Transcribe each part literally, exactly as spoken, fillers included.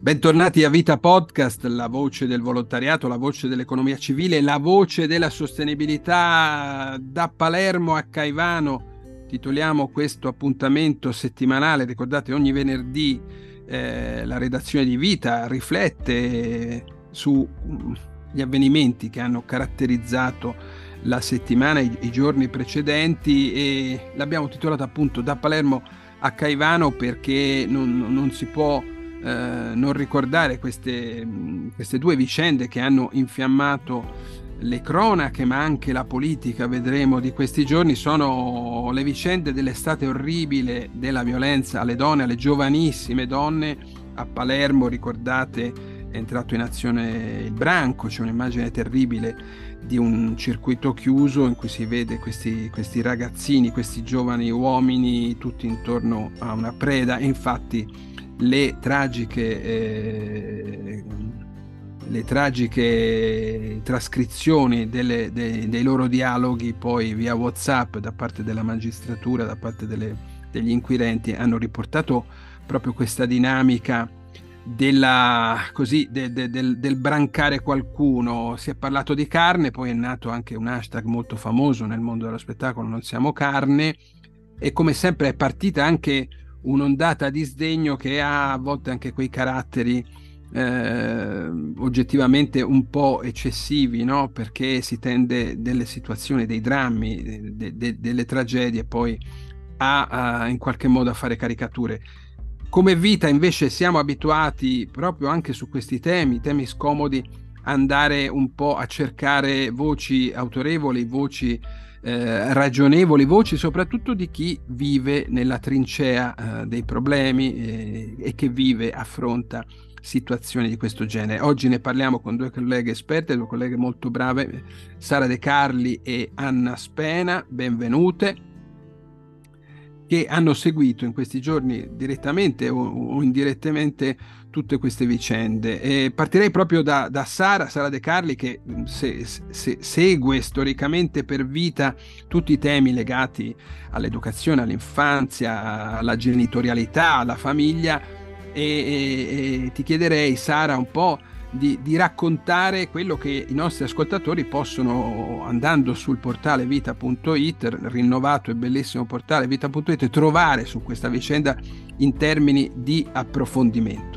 Bentornati a Vita Podcast, la voce del volontariato, la voce dell'economia civile, la voce della sostenibilità. Da Palermo a Caivano titoliamo questo appuntamento settimanale. Ricordate, ogni venerdì eh, la redazione di Vita riflette sugli avvenimenti che hanno caratterizzato la settimana, i, i giorni precedenti, e l'abbiamo titolata appunto Da Palermo a Caivano perché non, non si può eh, non ricordare queste, queste due vicende che hanno infiammato le cronache, ma anche la politica, vedremo, di questi giorni. Sono le vicende dell'estate orribile della violenza alle donne, alle giovanissime donne. A Palermo, ricordate, è entrato in azione il branco, c'è un'immagine terribile di un circuito chiuso in cui si vede questi, questi ragazzini, questi giovani uomini tutti intorno a una preda, e infatti le tragiche eh, le tragiche trascrizioni delle, dei, dei loro dialoghi poi via WhatsApp da parte della magistratura, da parte delle, degli inquirenti, hanno riportato proprio questa dinamica della, così, de, de, del, del brancare qualcuno. Si è parlato di carne, poi è nato anche un hashtag molto famoso nel mondo dello spettacolo, non siamo carne, e come sempre è partita anche un'ondata di sdegno che ha a volte anche quei caratteri eh, oggettivamente un po' eccessivi, no? Perché si tende delle situazioni, dei drammi, de, de, delle tragedie poi a, a in qualche modo a fare caricature. Come Vita invece siamo abituati proprio anche su questi temi, temi scomodi, andare un po' a cercare voci autorevoli, voci eh, ragionevoli, voci soprattutto di chi vive nella trincea eh, dei problemi eh, e che vive, affronta situazioni di questo genere. Oggi ne parliamo con due colleghe esperte, due colleghe molto brave, Sara De Carli e Anna Spena, benvenute, che hanno seguito in questi giorni direttamente o, o indirettamente tutte queste vicende. E partirei proprio da, da Sara, Sara De Carli, che se, se, segue storicamente per Vita tutti i temi legati all'educazione, all'infanzia, alla genitorialità, alla famiglia, e, e, e ti chiederei, Sara, un po' Di, di raccontare quello che i nostri ascoltatori possono, andando sul portale vita punto it, rinnovato e bellissimo portale vita punto it, trovare su questa vicenda in termini di approfondimento.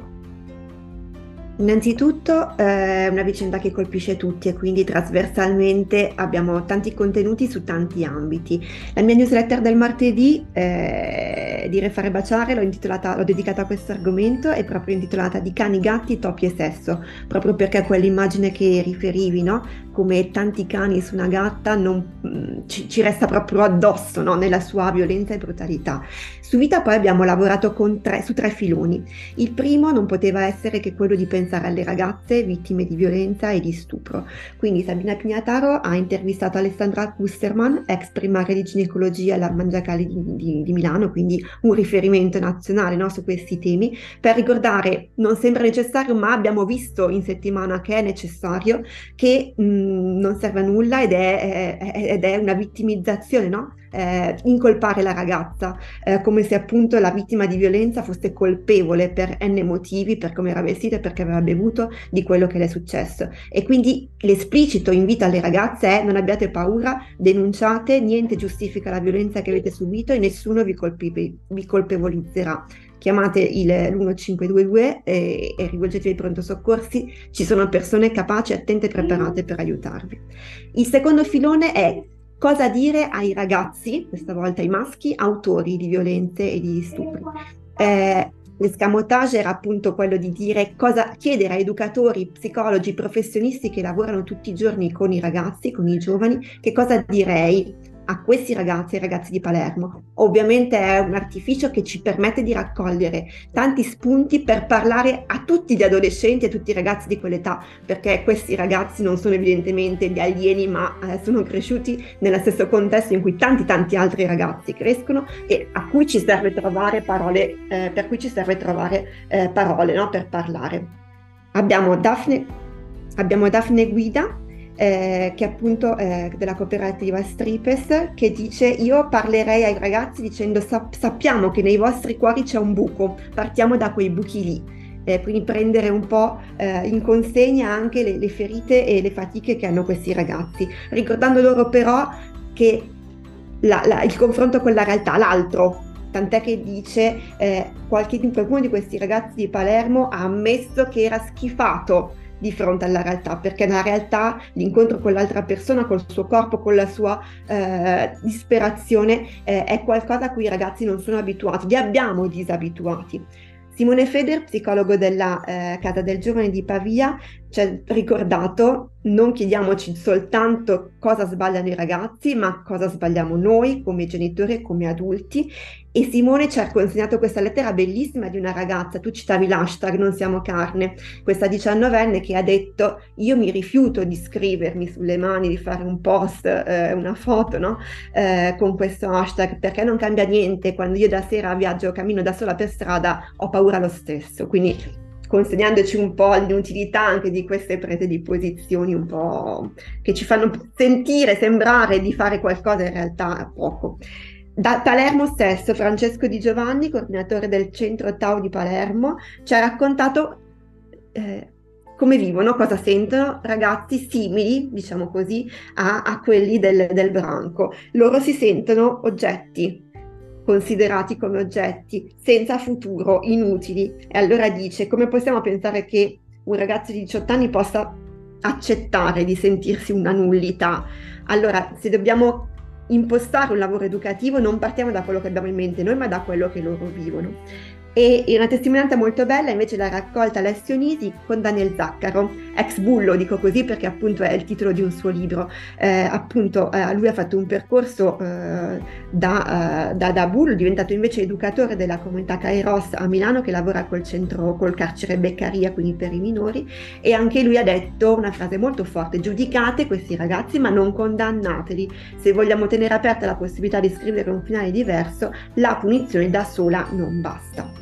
Innanzitutto è una vicenda che colpisce tutti e quindi trasversalmente abbiamo tanti contenuti su tanti ambiti. La mia newsletter del martedì, eh, Dire fare baciare, l'ho intitolata, l'ho dedicata a questo argomento, è proprio intitolata Di cani, gatti, topi e sesso, proprio perché quell'immagine che riferivi, no? Come tanti cani su una gatta non, ci, ci resta proprio addosso, no? Nella sua violenza e brutalità. Su Vita poi abbiamo lavorato con tre, su tre filoni. Il primo non poteva essere che quello di pensare alle ragazze vittime di violenza e di stupro. Quindi Sabina Pignataro ha intervistato Alessandra Kusterman, ex primaria di ginecologia alla Mangiacali di, di, di Milano, quindi un riferimento nazionale, no, su questi temi, per ricordare, non sembra necessario, ma abbiamo visto in settimana che è necessario, che mh, non serve a nulla ed è, è, ed è una vittimizzazione, no? Eh, incolpare la ragazza eh, come se appunto la vittima di violenza fosse colpevole per n motivi, per come era vestita e perché aveva bevuto, di quello che le è successo. E quindi l'esplicito invito alle ragazze è: non abbiate paura, denunciate, niente giustifica la violenza che avete subito e nessuno vi, colpi- vi colpevolizzerà. Chiamate il l'uno cinque due due e, e rivolgetevi ai pronto soccorsi, ci sono persone capaci, attente e preparate per aiutarvi. Il secondo filone è: cosa dire ai ragazzi, questa volta ai maschi, autori di violenze e di stupri. Eh, l'escamotage era appunto quello di dire cosa chiedere a educatori, psicologi, professionisti che lavorano tutti i giorni con i ragazzi, con i giovani, che cosa direi a questi ragazzi e ragazzi di Palermo. Ovviamente è un artificio che ci permette di raccogliere tanti spunti per parlare a tutti gli adolescenti e a tutti i ragazzi di quell'età, perché questi ragazzi non sono evidentemente gli alieni, ma eh, sono cresciuti nello stesso contesto in cui tanti tanti altri ragazzi crescono e a cui ci serve trovare parole, eh, per cui ci serve trovare eh, parole, no, per parlare. Abbiamo Daphne, abbiamo Daphne Guida, Eh, che appunto eh, della cooperativa Stripes, che dice: io parlerei ai ragazzi dicendo sap- sappiamo che nei vostri cuori c'è un buco, partiamo da quei buchi lì. eh, quindi prendere un po' eh, in consegna anche le, le ferite e le fatiche che hanno questi ragazzi, ricordando loro però che la, la, il confronto con la realtà, l'altro, tant'è che dice eh, qualche, qualcuno di questi ragazzi di Palermo ha ammesso che era schifato di fronte alla realtà, perché nella realtà l'incontro con l'altra persona, col suo corpo, con la sua eh, disperazione eh, è qualcosa a cui i ragazzi non sono abituati, li abbiamo disabituati. Simone Feder, psicologo della eh, Casa del Giovane di Pavia, ci ha ricordato: non chiediamoci soltanto cosa sbagliano i ragazzi, ma cosa sbagliamo noi come genitori e come adulti. E Simone ci ha consegnato questa lettera bellissima di una ragazza, tu citavi l'hashtag Non siamo carne, questa diciannovenne che ha detto: io mi rifiuto di scrivermi sulle mani, di fare un post, eh, una foto, no? eh, con questo hashtag, perché non cambia niente, quando io da sera viaggio, cammino da sola per strada, ho paura lo stesso. Quindi consegnandoci un po' l'inutilità anche di queste prese di posizioni un po' che ci fanno sentire, sembrare di fare qualcosa, in realtà poco. Da Palermo stesso, Francesco Di Giovanni, coordinatore del centro Tau di Palermo, ci ha raccontato eh, come vivono, cosa sentono ragazzi simili, diciamo così, a, a quelli del, del branco. Loro si sentono oggetti, considerati come oggetti, senza futuro, inutili. E allora dice: come possiamo pensare che un ragazzo di diciotto anni possa accettare di sentirsi una nullità? Allora, se dobbiamo impostare un lavoro educativo, non partiamo da quello che abbiamo in mente noi, ma da quello che loro vivono. E una testimonianza molto bella invece l'ha raccolta Alessio Nisi con Daniel Zaccaro, ex bullo, dico così perché appunto è il titolo di un suo libro. Eh, appunto eh, lui ha fatto un percorso eh, da, uh, da, da bullo, è diventato invece educatore della comunità Kairos a Milano, che lavora col centro, col carcere Beccaria, quindi per i minori, e anche lui ha detto una frase molto forte: giudicate questi ragazzi ma non condannateli, se vogliamo tenere aperta la possibilità di scrivere un finale diverso, la punizione da sola non basta.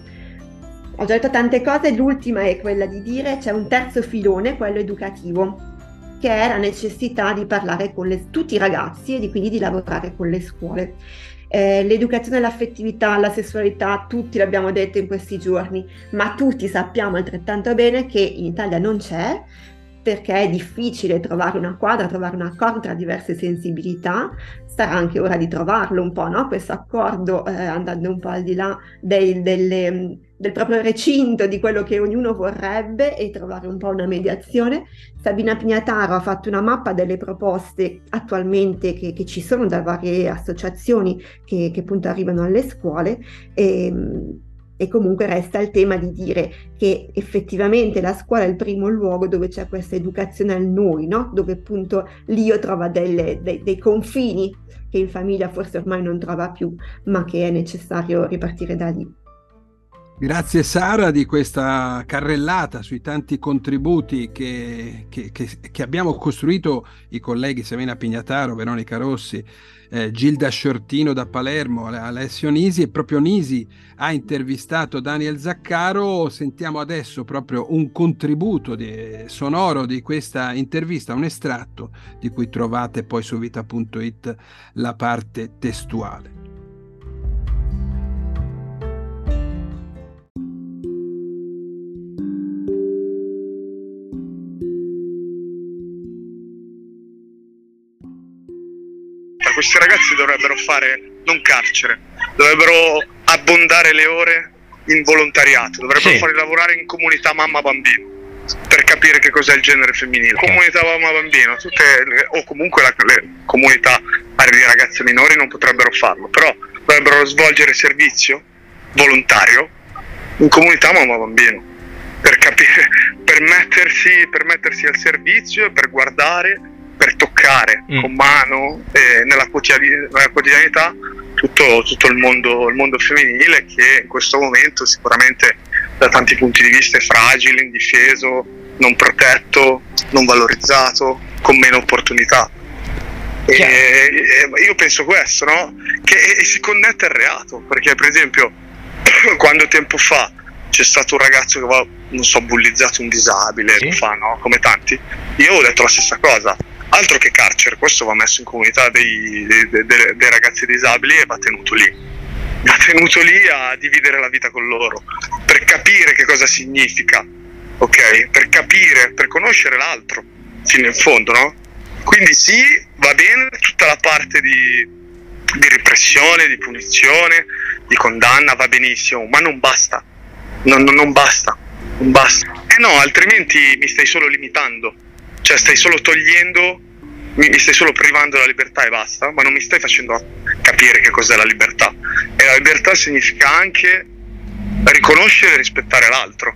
Ho già detto tante cose, l'ultima è quella di dire c'è un terzo filone, quello educativo, che è la necessità di parlare con le, tutti i ragazzi e di, quindi di lavorare con le scuole. Eh, l'educazione all'affettività, alla sessualità, tutti l'abbiamo detto in questi giorni, ma tutti sappiamo altrettanto bene che in Italia non c'è, perché è difficile trovare una quadra, trovare un accordo tra diverse sensibilità. Sarà anche ora di trovarlo un po', no? Questo accordo eh, andando un po' al di là del, delle, del proprio recinto, di quello che ognuno vorrebbe, e trovare un po' una mediazione. Sabina Pignataro ha fatto una mappa delle proposte attualmente che, che ci sono da varie associazioni che, che appunto arrivano alle scuole, e, e comunque resta il tema di dire che effettivamente la scuola è il primo luogo dove c'è questa educazione al noi, no? Dove appunto l'io trova delle, dei, dei confini che in famiglia forse ormai non trova più, ma che è necessario ripartire da lì. Grazie Sara di questa carrellata sui tanti contributi che, che, che, che abbiamo costruito i colleghi Sabina Pignataro, Veronica Rossi, eh, Gilda Sciortino da Palermo, Alessio Nisi, e proprio Nisi ha intervistato Daniel Zaccaro. Sentiamo adesso proprio un contributo di, sonoro di questa intervista, un estratto di cui trovate poi su vita punto it la parte testuale. Questi ragazzi dovrebbero fare non carcere, dovrebbero abbondare le ore in volontariato, dovrebbero sì. fare lavorare in comunità mamma-bambino per capire che cos'è il genere femminile. Okay. Comunità mamma-bambino, tutte le, o comunque la, le comunità di ragazze minori non potrebbero farlo, però dovrebbero svolgere servizio volontario in comunità mamma-bambino per capire, per mettersi, per mettersi al servizio e per guardare, per toccare mm. con mano eh, nella, quotidian- nella quotidianità tutto, tutto il, mondo, il mondo femminile, che in questo momento sicuramente da tanti punti di vista è fragile, indifeso, non protetto, non valorizzato, con meno opportunità. E, e io penso questo, no? Che e, e si connette al reato, perché per esempio quando tempo fa c'è stato un ragazzo che aveva, non so, bullizzato un disabile, sì. fa, no? Come tanti, io ho detto la stessa cosa. Altro che carcere, questo va messo in comunità dei, dei, dei, dei ragazzi disabili e va tenuto lì. mi ha tenuto lì a dividere la vita con loro, per capire che cosa significa, ok? Per capire, per conoscere l'altro, fino in fondo, no? Quindi sì, va bene tutta la parte di, di repressione, di punizione, di condanna, va benissimo, ma non basta, non, non, non basta, non basta. Eh no, altrimenti mi stai solo limitando, cioè stai solo togliendo, mi, mi stai solo privando della libertà e basta, ma non mi stai facendo capire che cos'è la libertà. E la libertà significa anche riconoscere e rispettare l'altro.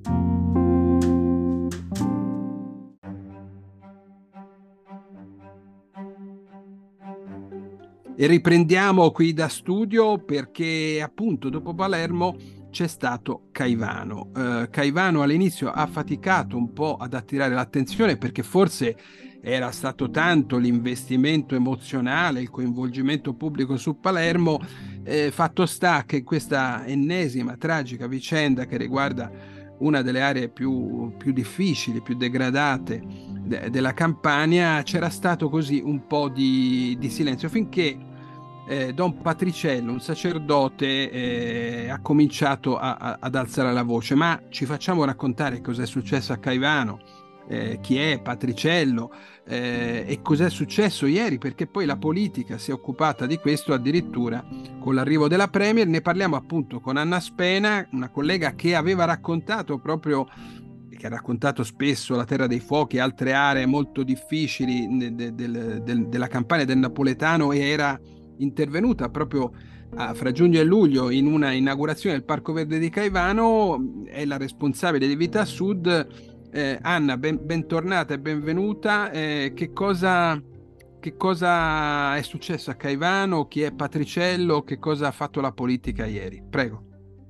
E riprendiamo qui da studio perché appunto dopo Palermo c'è stato Caivano. Uh, Caivano all'inizio ha faticato un po' ad attirare l'attenzione perché forse era stato tanto l'investimento emozionale, il coinvolgimento pubblico su Palermo, eh, fatto sta che questa ennesima tragica vicenda che riguarda una delle aree più, più difficili, più degradate de- della Campania, c'era stato così un po' di, di silenzio finché eh, Don Patriciello, un sacerdote, eh, ha cominciato a, a, ad alzare la voce. Ma ci facciamo raccontare cosa è successo a Caivano, eh, chi è Patriciello, eh, e cos'è successo ieri, perché poi la politica si è occupata di questo addirittura con l'arrivo della Premier. Ne parliamo appunto con Anna Spena, una collega che aveva raccontato proprio, che ha raccontato spesso la Terra dei Fuochi e altre aree molto difficili de, de, de, de, della Campania, del Napoletano, e era intervenuta proprio a, fra giugno e luglio in una inaugurazione del Parco Verde di Caivano. È la responsabile di Vita Sud. Eh, Anna, ben, bentornata e benvenuta. Eh, che cosa, che cosa è successo a Caivano? Chi è Patriciello? Che cosa ha fatto la politica ieri? Prego.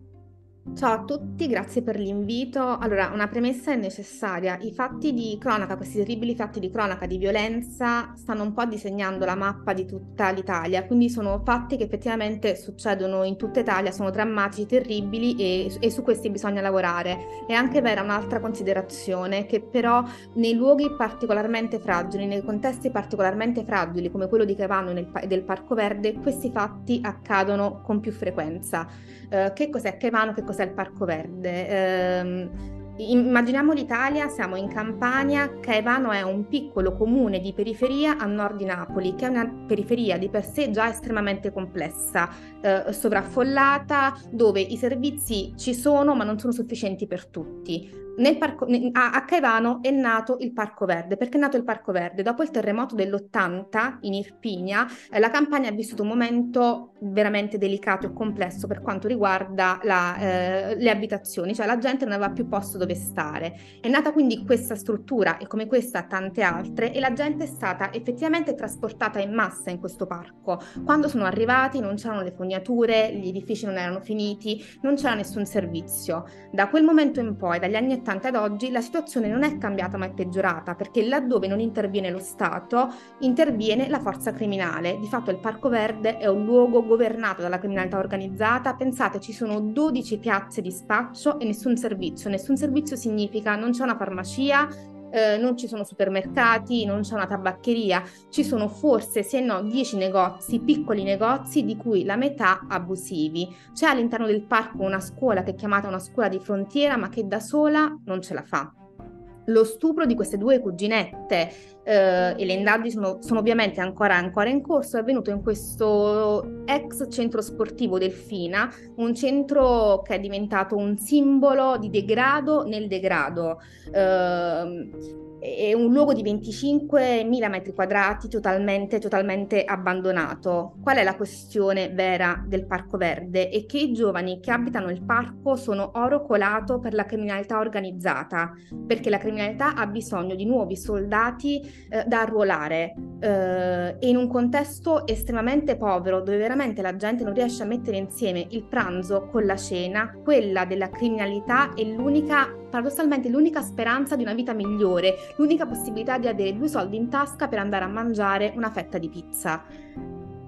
Ciao a tutti, grazie per l'invito. Allora, una premessa è necessaria. I fatti di cronaca, questi terribili fatti di cronaca di violenza, stanno un po' disegnando la mappa di tutta l'Italia, quindi sono fatti che effettivamente succedono in tutta Italia, sono drammatici, terribili e, e su questi bisogna lavorare. È anche vera un'altra considerazione, che però nei luoghi particolarmente fragili, nei contesti particolarmente fragili come quello di Caivano e nel, del Parco Verde, questi fatti accadono con più frequenza. Uh, che cos'è Caivano? Che cos'è il Parco Verde? Eh, immaginiamo l'Italia, siamo in Campania. Caivano è un piccolo comune di periferia a nord di Napoli, che è una periferia di per sé già estremamente complessa, eh, sovraffollata, dove i servizi ci sono ma non sono sufficienti per tutti. Nel parco, a Caivano è nato il Parco Verde. Perché è nato il Parco Verde? Dopo il terremoto dell'ottanta in Irpinia, eh, la Campania ha vissuto un momento veramente delicato e complesso per quanto riguarda la, eh, le abitazioni, cioè la gente non aveva più posto dove stare. È nata quindi questa struttura, e come questa tante altre, e la gente è stata effettivamente trasportata in massa in questo parco. Quando sono arrivati non c'erano le fognature, gli edifici non erano finiti, non c'era nessun servizio. Da quel momento in poi, dagli anni ottanta ad oggi, la situazione non è cambiata ma è peggiorata, perché laddove non interviene lo Stato, interviene la forza criminale. Di fatto il Parco Verde è un luogo governato dalla criminalità organizzata. Pensate, ci sono dodici piazze di spaccio e nessun servizio. Nessun servizio significa non c'è una farmacia, eh, non ci sono supermercati, non c'è una tabaccheria, ci sono forse, se no, dieci negozi, piccoli negozi, di cui la metà abusivi. C'è all'interno del parco una scuola che è chiamata una scuola di frontiera, ma che da sola non ce la fa. Lo stupro di queste due cuginette, eh, e le indagini sono, sono ovviamente ancora, ancora in corso, è avvenuto in questo ex centro sportivo Delfina, un centro che è diventato un simbolo di degrado nel degrado. Eh, è un luogo di venticinquemila metri quadrati totalmente, totalmente abbandonato. Qual è la questione vera del Parco Verde? È che i giovani che abitano il parco sono oro colato per la criminalità organizzata, perché la criminalità ha bisogno di nuovi soldati eh, da arruolare, eh, e in un contesto estremamente povero, dove veramente la gente non riesce a mettere insieme il pranzo con la cena, quella della criminalità è l'unica, paradossalmente l'unica speranza di una vita migliore, l'unica possibilità di avere due soldi in tasca per andare a mangiare una fetta di pizza.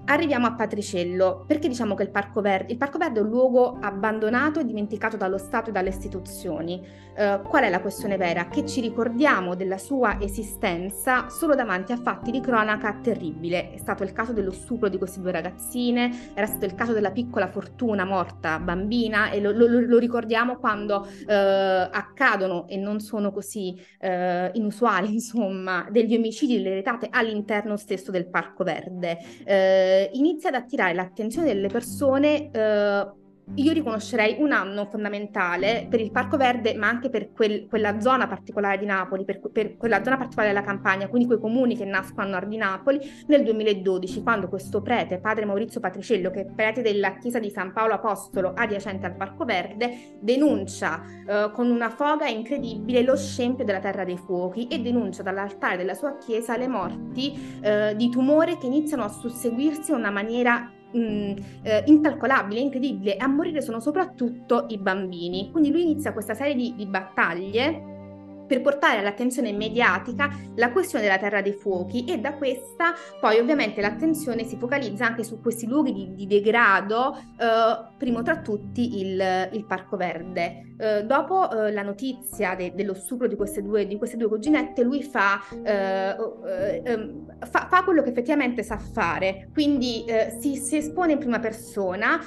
Arriviamo a Patriciello. Perché diciamo che il Parco Verde? Il Parco Verde è un luogo abbandonato e dimenticato dallo Stato e dalle istituzioni. Eh, qual è la questione vera? Che ci ricordiamo della sua esistenza solo davanti a fatti di cronaca terribile. È stato il caso dello stupro di queste due ragazzine, era stato il caso della piccola Fortuna morta bambina, e lo, lo, lo ricordiamo quando eh, accadono, e non sono così eh, inusuali, insomma, degli omicidi, delle retate all'interno stesso del Parco Verde. Eh, inizia ad attirare l'attenzione delle persone. eh, Io riconoscerei un anno fondamentale per il Parco Verde, ma anche per quel- quella zona particolare di Napoli, per, per quella zona particolare della Campania, quindi quei comuni che nascono a nord di Napoli, nel duemiladodici, quando questo prete, padre Maurizio Patriciello, che è prete della chiesa di San Paolo Apostolo adiacente al Parco Verde, denuncia eh, con una foga incredibile lo scempio della Terra dei Fuochi e denuncia dall'altare della sua chiesa le morti eh, di tumore che iniziano a susseguirsi in una maniera Mh, eh, incalcolabile, incredibile, e a morire sono soprattutto i bambini. Quindi lui inizia questa serie di, di battaglie per portare all'attenzione mediatica la questione della Terra dei Fuochi, e da questa poi ovviamente l'attenzione si focalizza anche su questi luoghi di, di degrado, eh, primo tra tutti il, il Parco Verde. Eh, dopo eh, la notizia de, dello stupro di queste due, di queste due cuginette, lui fa, eh, eh, fa, fa quello che effettivamente sa fare, quindi eh, si, si espone in prima persona,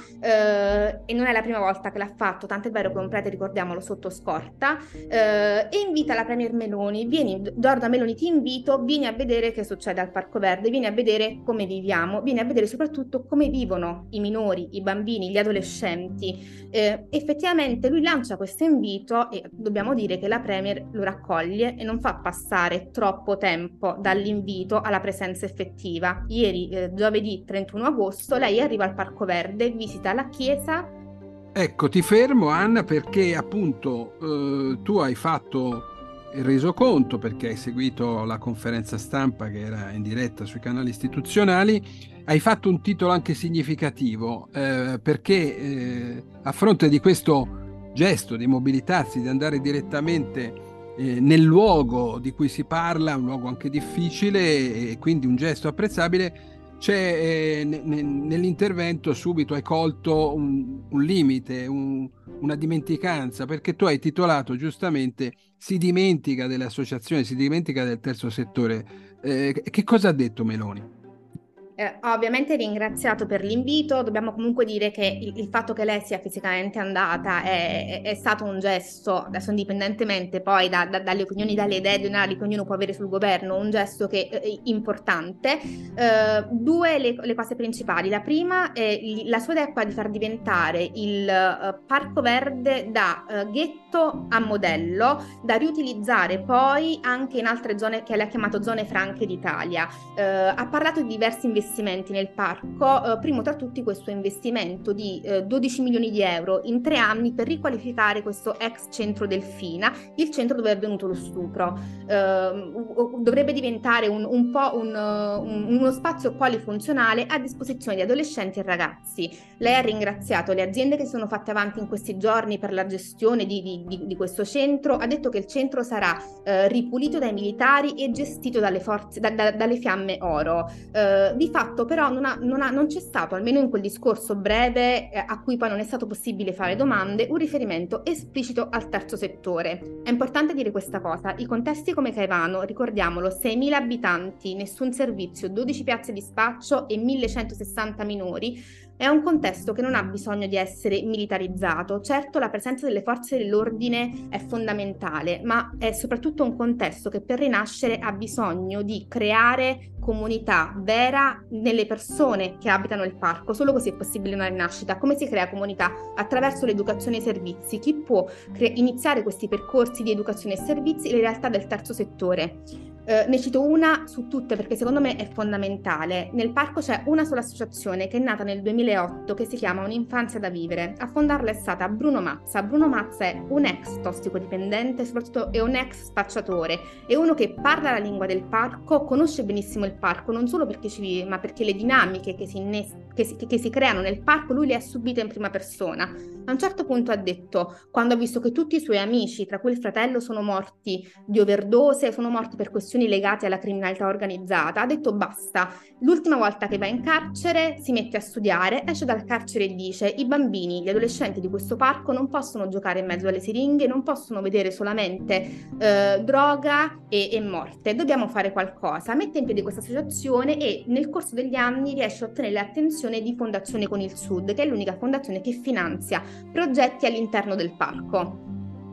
eh, e non è la prima volta che l'ha fatto, tant'è vero che un prete, ricordiamolo, sotto scorta, eh, e invita la Premier Meloni: vieni, Giorgia Meloni, ti invito, vieni a vedere che succede al Parco Verde, vieni a vedere come viviamo, vieni a vedere soprattutto come vivono i minori, i bambini, gli adolescenti. Eh, effettivamente lui lancia questo invito, e dobbiamo dire che la Premier lo raccoglie e non fa passare troppo tempo dall'invito alla presenza effettiva. Ieri, eh, giovedì trentuno agosto, lei arriva al Parco Verde, visita la chiesa. Ecco, ti fermo, Anna, perché appunto eh, tu hai fatto il resoconto, perché hai seguito la conferenza stampa che era in diretta sui canali istituzionali. Hai fatto un titolo anche significativo, eh, perché eh, a fronte di questo gesto di mobilitarsi, di andare direttamente eh, nel luogo di cui si parla, un luogo anche difficile e quindi un gesto apprezzabile, c'è eh, ne, ne, nell'intervento subito hai colto un, un limite, un, una dimenticanza, perché tu hai titolato giustamente "Si dimentica delle associazioni, si dimentica del terzo settore". Eh, che cosa ha detto Meloni? Eh, ovviamente ringraziato per l'invito. Dobbiamo comunque dire che il, il fatto che lei sia fisicamente andata è, è, è stato un gesto, adesso indipendentemente poi da, da, dalle opinioni, dalle idee generali che ognuno può avere sul governo, un gesto che è importante. Eh, due le, le cose principali. La prima è la sua idea è quella di far diventare il uh, Parco Verde da uh, ghetto a modello, da riutilizzare poi anche in altre zone che lei ha chiamato zone franche d'Italia. Eh, ha parlato di diversi investimenti nel parco, eh, primo tra tutti questo investimento di eh, dodici milioni di euro in tre anni per riqualificare questo ex centro Delfina, il centro dove è avvenuto lo stupro. Eh, dovrebbe diventare un, un po' un, un, uno spazio polifunzionale a disposizione di adolescenti e ragazzi. Lei ha ringraziato le aziende che si sono fatte avanti in questi giorni per la gestione di, di, di, di questo centro. Ha detto che il centro sarà eh, ripulito dai militari e gestito dalle forze, da, da, dalle Fiamme Oro. Eh, di fatto però non, ha, non, ha, non c'è stato, almeno in quel discorso breve, eh, a cui poi non è stato possibile fare domande, un riferimento esplicito al terzo settore. È importante dire questa cosa: i contesti come Caivano, ricordiamolo, seimila abitanti, nessun servizio, dodici piazze di spaccio e millecentosessanta minori, è un contesto che non ha bisogno di essere militarizzato. Certo, la presenza delle forze dell'ordine è fondamentale, ma è soprattutto un contesto che per rinascere ha bisogno di creare comunità vera nelle persone che abitano il parco. Solo così è possibile una rinascita. Come si crea comunità? Attraverso l'educazione e i servizi. Chi può cre- iniziare questi percorsi di educazione e servizi? Le realtà del terzo settore. Eh, ne cito una su tutte perché secondo me è fondamentale. Nel parco c'è una sola associazione che è nata nel duemilaotto, che si chiama Un'infanzia da vivere. A fondarla è stata Bruno Mazza. Bruno Mazza è un ex tossicodipendente, soprattutto è un ex spacciatore, è uno che parla la lingua del parco, conosce benissimo il parco, non solo perché ci vive, ma perché le dinamiche che si, innes- che si, che si creano nel parco lui le ha subite in prima persona. A un certo punto ha detto, quando ha visto che tutti i suoi amici, tra cui il fratello, sono morti di overdose, sono morti per questioni questioni legate alla criminalità organizzata, ha detto basta, l'ultima volta che va in carcere si mette a studiare, esce dal carcere e dice: i bambini, gli adolescenti di questo parco non possono giocare in mezzo alle siringhe, non possono vedere solamente eh, droga e, e morte, dobbiamo fare qualcosa. Mette in piedi questa associazione e nel corso degli anni riesce a ottenere l'attenzione di Fondazione Con il Sud, che è l'unica fondazione che finanzia progetti all'interno del parco.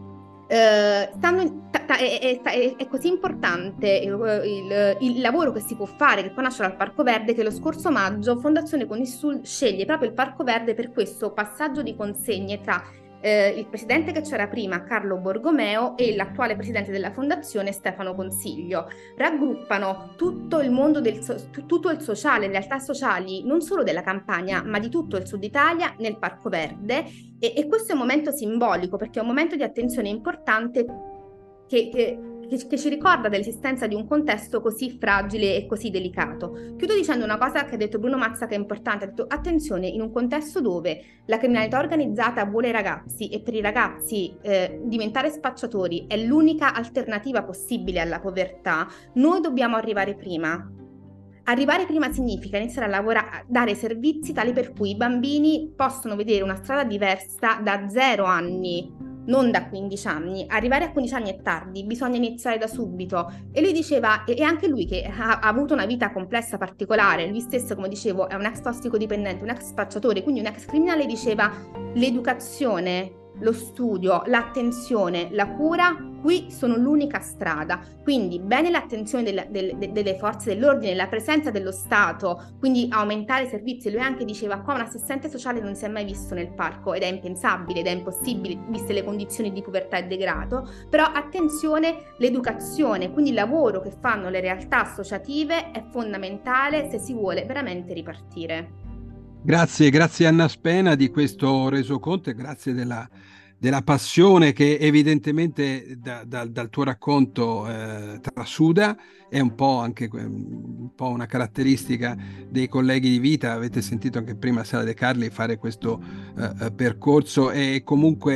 Uh, stanno, ta, ta, è, è, è così importante il, il, il lavoro che si può fare, che poi nasce dal Parco Verde, che lo scorso maggio Fondazione Con il Sud sceglie proprio il Parco Verde per questo passaggio di consegne tra eh, il presidente che c'era prima, Carlo Borgomeo, e l'attuale presidente della fondazione, Stefano Consiglio. Raggruppano tutto il mondo del tutto il sociale, le realtà sociali non solo della Campania ma di tutto il Sud Italia nel Parco Verde, e, e questo è un momento simbolico, perché è un momento di attenzione importante che, che Che, che ci ricorda dell'esistenza di un contesto così fragile e così delicato. Chiudo dicendo una cosa che ha detto Bruno Mazza, che è importante. Ha detto: attenzione, in un contesto dove la criminalità organizzata vuole i ragazzi e per i ragazzi eh, diventare spacciatori è l'unica alternativa possibile alla povertà, noi dobbiamo arrivare prima. Arrivare prima significa iniziare a lavorare, a dare servizi tali per cui i bambini possono vedere una strada diversa da zero anni, non da quindici anni. Arrivare a quindici anni è tardi, bisogna iniziare da subito. E lui diceva, e anche lui che ha, ha avuto una vita complessa, particolare, lui stesso, come dicevo, è un ex tossicodipendente, un ex spacciatore, quindi un ex criminale, diceva: l'educazione, lo studio, l'attenzione, la cura, qui sono l'unica strada. Quindi bene l'attenzione del, del, delle forze dell'ordine, la presenza dello Stato, quindi aumentare i servizi. Lui anche diceva: qua un assistente sociale non si è mai visto nel parco, ed è impensabile, ed è impossibile viste le condizioni di povertà e degrado. Però attenzione, l'educazione, quindi il lavoro che fanno le realtà associative è fondamentale se si vuole veramente ripartire. Grazie, grazie Anna Spena di questo resoconto, e grazie della, della passione che evidentemente da, da, dal tuo racconto eh, trasuda. È un po' anche un po' una caratteristica dei colleghi di vita. Avete sentito anche prima Sara De Carli fare questo eh, percorso, e comunque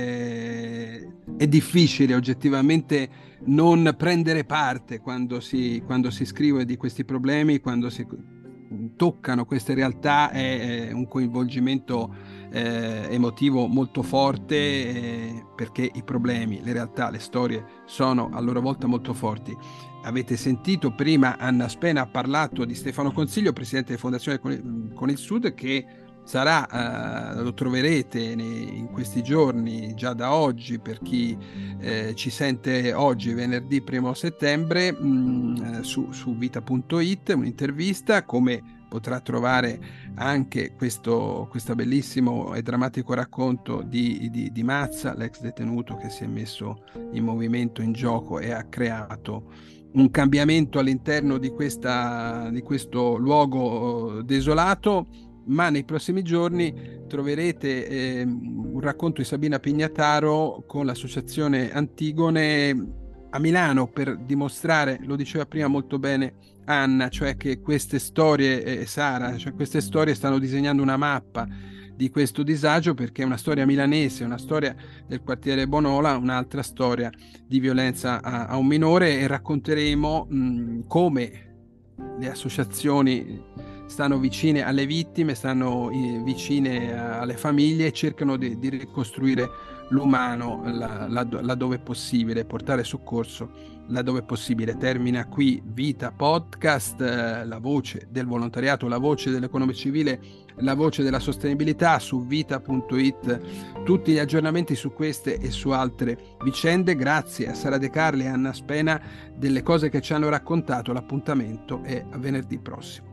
eh, è difficile oggettivamente non prendere parte quando si, quando si scrive di questi problemi, quando si toccano queste realtà. È, è un coinvolgimento eh, emotivo molto forte, eh, perché i problemi, le realtà, le storie sono a loro volta molto forti. Avete sentito prima Anna Spena ha parlato di Stefano Consiglio, presidente di Fondazione Con, Con il Sud, che sarà, eh, lo troverete nei, in questi giorni, già da oggi, per chi eh, ci sente oggi, venerdì primo settembre, mh, su, su vita punto it, un'intervista, come potrà trovare anche questo, questo bellissimo e drammatico racconto di, di, di Mazza, l'ex detenuto che si è messo in movimento, in gioco, e ha creato un cambiamento all'interno di, questa, di questo luogo desolato. Ma nei prossimi giorni troverete eh, un racconto di Sabina Pignataro con l'associazione Antigone a Milano, per dimostrare, lo diceva prima molto bene Anna, cioè che queste storie, eh, Sara, cioè queste storie stanno disegnando una mappa di questo disagio, perché è una storia milanese, una storia del quartiere Bonola, un'altra storia di violenza a, a un minore, e racconteremo mh, come le associazioni stanno vicine alle vittime, stanno eh, vicine alle famiglie, e cercano di, di ricostruire l'umano laddove è possibile, portare soccorso laddove è possibile. Termina qui Vita Podcast, eh, la voce del volontariato, la voce dell'economia civile, la voce della sostenibilità. Su vita punto it tutti gli aggiornamenti su queste e su altre vicende. Grazie a Sara De Carli e Anna Spena delle cose che ci hanno raccontato. L'appuntamento è a venerdì prossimo.